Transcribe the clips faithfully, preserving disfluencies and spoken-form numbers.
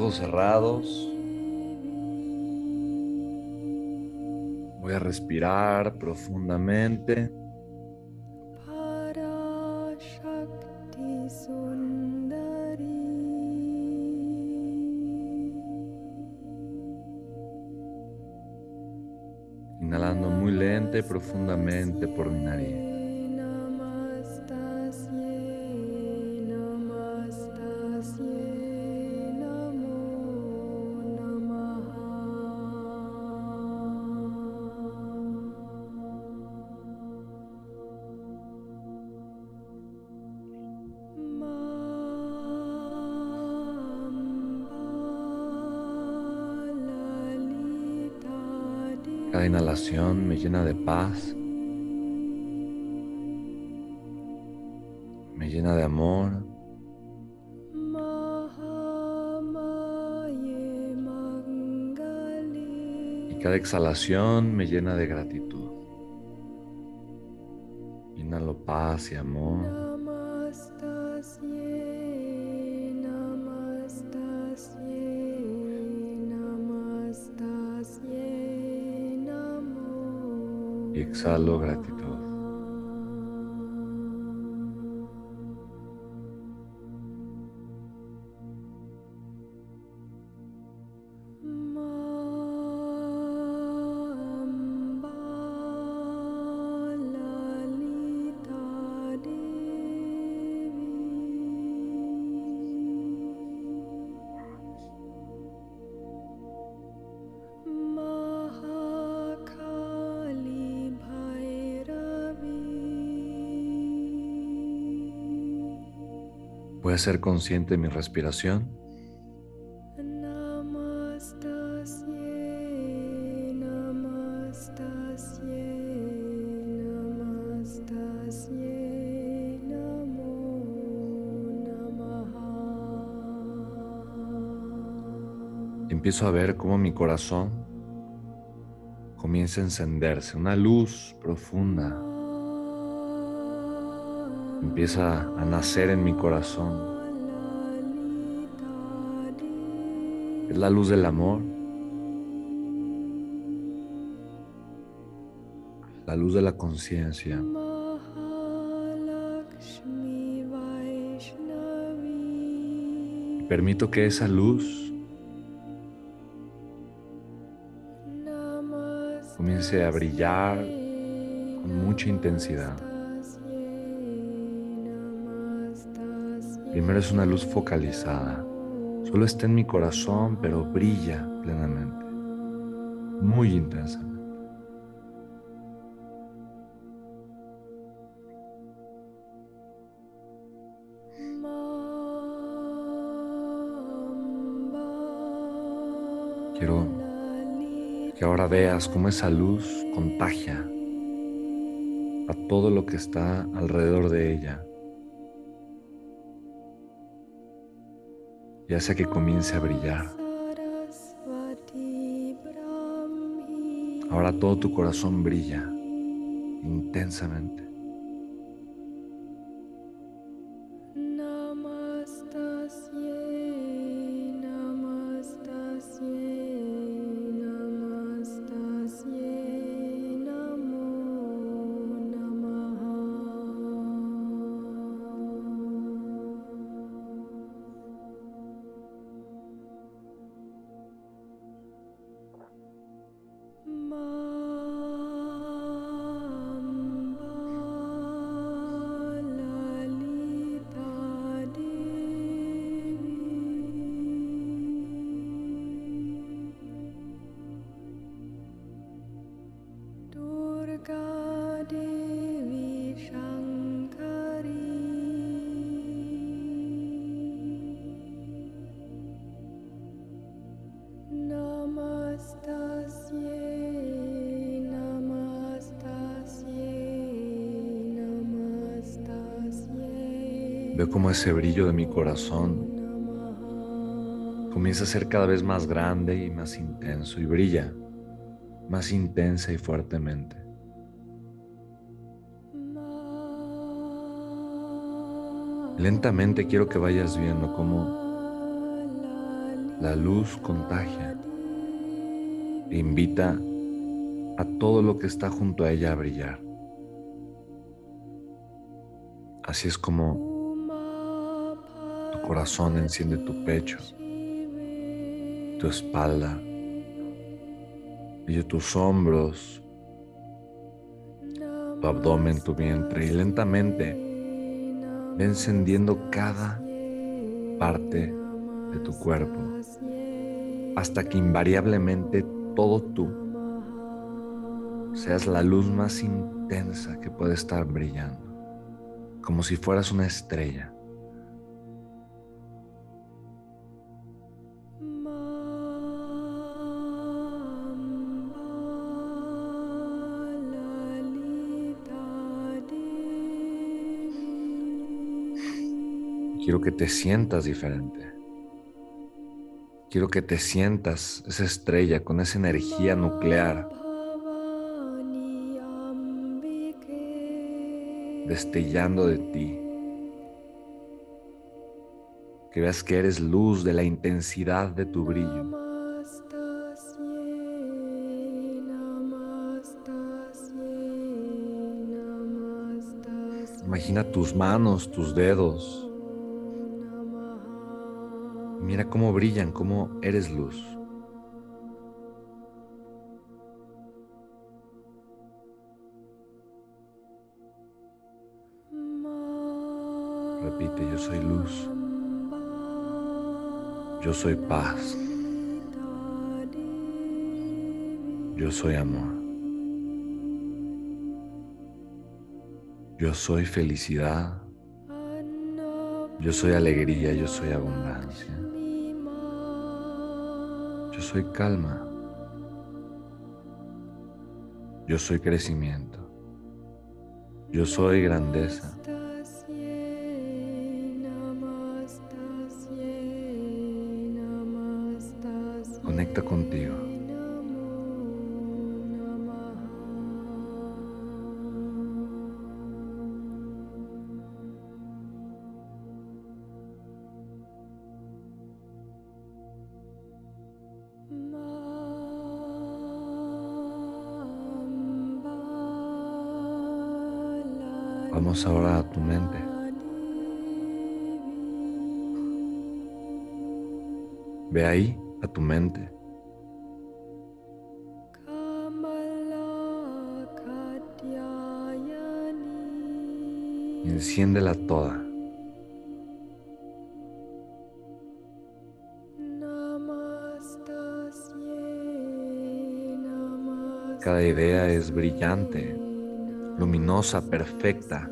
ojos cerrados, voy a respirar profundamente. Parashakti Sundari. Inhalando muy lenta y profundamente por mi nariz. Namastasye, namastasye, namo namaha. Cada inhalación me llena de paz, me llena de amor, y cada exhalación me llena de gratitud. Inhalo paz y amor. Namastasye, namastasye, namastasye, namo Y exhalo gratitud. namaha. Voy a ser consciente de mi respiración. Namastasye, namastasye, namastasye, namo namaha. Empiezo a ver cómo mi corazón comienza a encenderse. Una luz profunda empieza a nacer en mi corazón. Es la luz del amor, la luz de la conciencia. Mahalakshmi Y Vaishnavi. permito que esa luz comience a brillar Namastasye, con mucha intensidad. namastasye, namastasye, Primero es una luz focalizada. namo Solo está en mi corazón, pero brilla namaha. plenamente, muy intensamente. Quiero que ahora veas cómo esa luz contagia a todo lo que está alrededor de ella, y hace que comience a brillar. Saraswati Ahora todo tu corazón brilla Brahmi. intensamente. Namastasye, namastasye, namastasye, namo namaha. Durga Devi Shankari. Namastasye, namastasye, namastasye, Veo cómo ese brillo de mi namo corazón namaha. comienza a ser cada vez más grande y más intenso, y brilla más intensa y fuertemente. Lentamente quiero que vayas viendo cómo La luz contagia e invita a todo lo que está junto a ella a brillar. Así es como tu corazón enciende tu pecho, tu espalda y tus hombros, tu abdomen, tu vientre, y lentamente ve encendiendo cada parte de tu cuerpo hasta que invariablemente todo tú seas la luz más intensa que puede estar brillando, como si fueras una estrella. Quiero que te sientas diferente. Quiero que te sientas esa estrella con esa energía nuclear destellando de ti. Que veas que eres luz de la intensidad de tu brillo. Imagina tus manos, tus dedos. Mira cómo brillan, cómo eres luz. Repite, yo soy luz. Yo soy paz. Yo soy amor. Yo soy felicidad. Yo soy alegría, yo soy abundancia. Yo soy calma. Yo soy crecimiento. Yo soy grandeza. Conecta contigo. Vamos ahora a tu mente. Ve ahí a tu mente. Y enciéndela toda. Cada idea es brillante, luminosa, perfecta,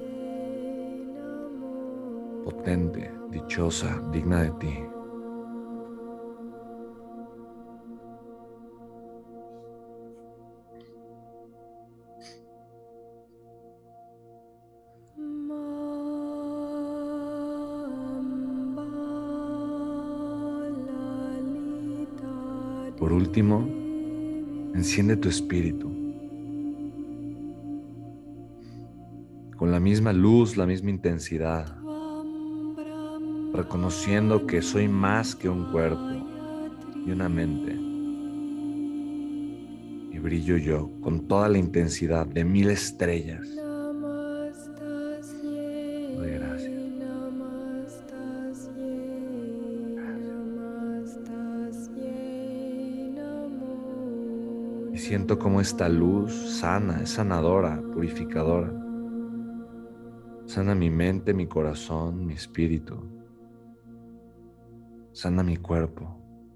potente, dichosa, digna de ti. Por último, enciende tu espíritu con la misma luz, la misma intensidad, reconociendo que soy más que un cuerpo y una mente. Y brillo yo con toda la intensidad de mil estrellas. Doy gracias. Y siento como esta luz sana, es sanadora, purificadora. Sana mi mente, mi corazón, mi espíritu. Sana mi cuerpo.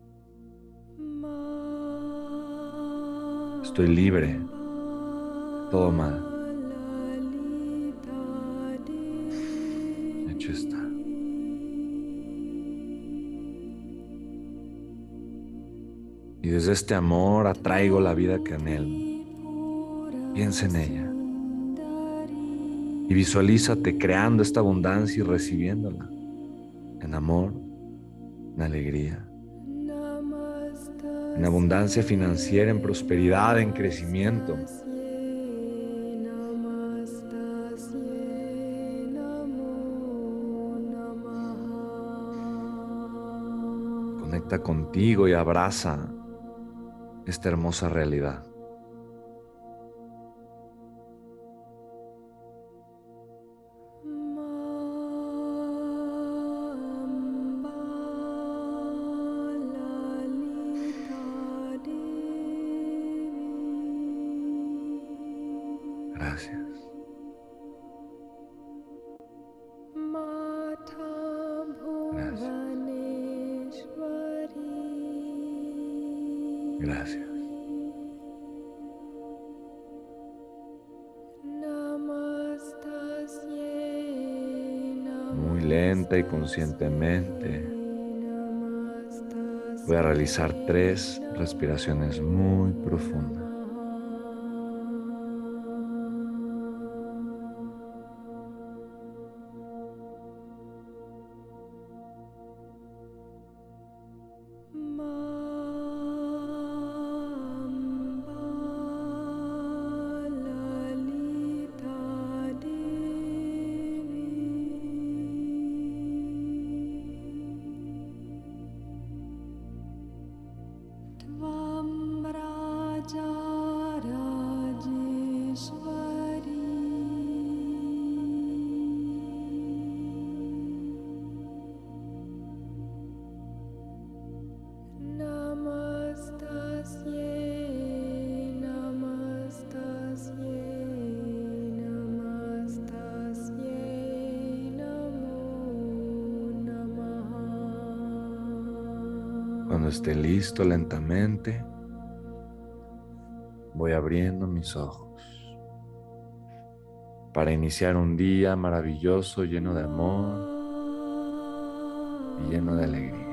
Estoy libre de todo mal. Hecho está. Y desde este amor atraigo la vida que anhelo. Piensa en ella. Y visualízate creando esta abundancia y recibiéndola. En amor, en alegría, en abundancia financiera, en prosperidad, en crecimiento. Conecta contigo y abraza esta hermosa realidad. Gracias. Gracias. Gracias. Muy lenta y conscientemente voy a realizar tres respiraciones muy profundas. Cuando esté listo, lentamente voy abriendo mis ojos para iniciar un día maravilloso, lleno de amor y lleno de alegría.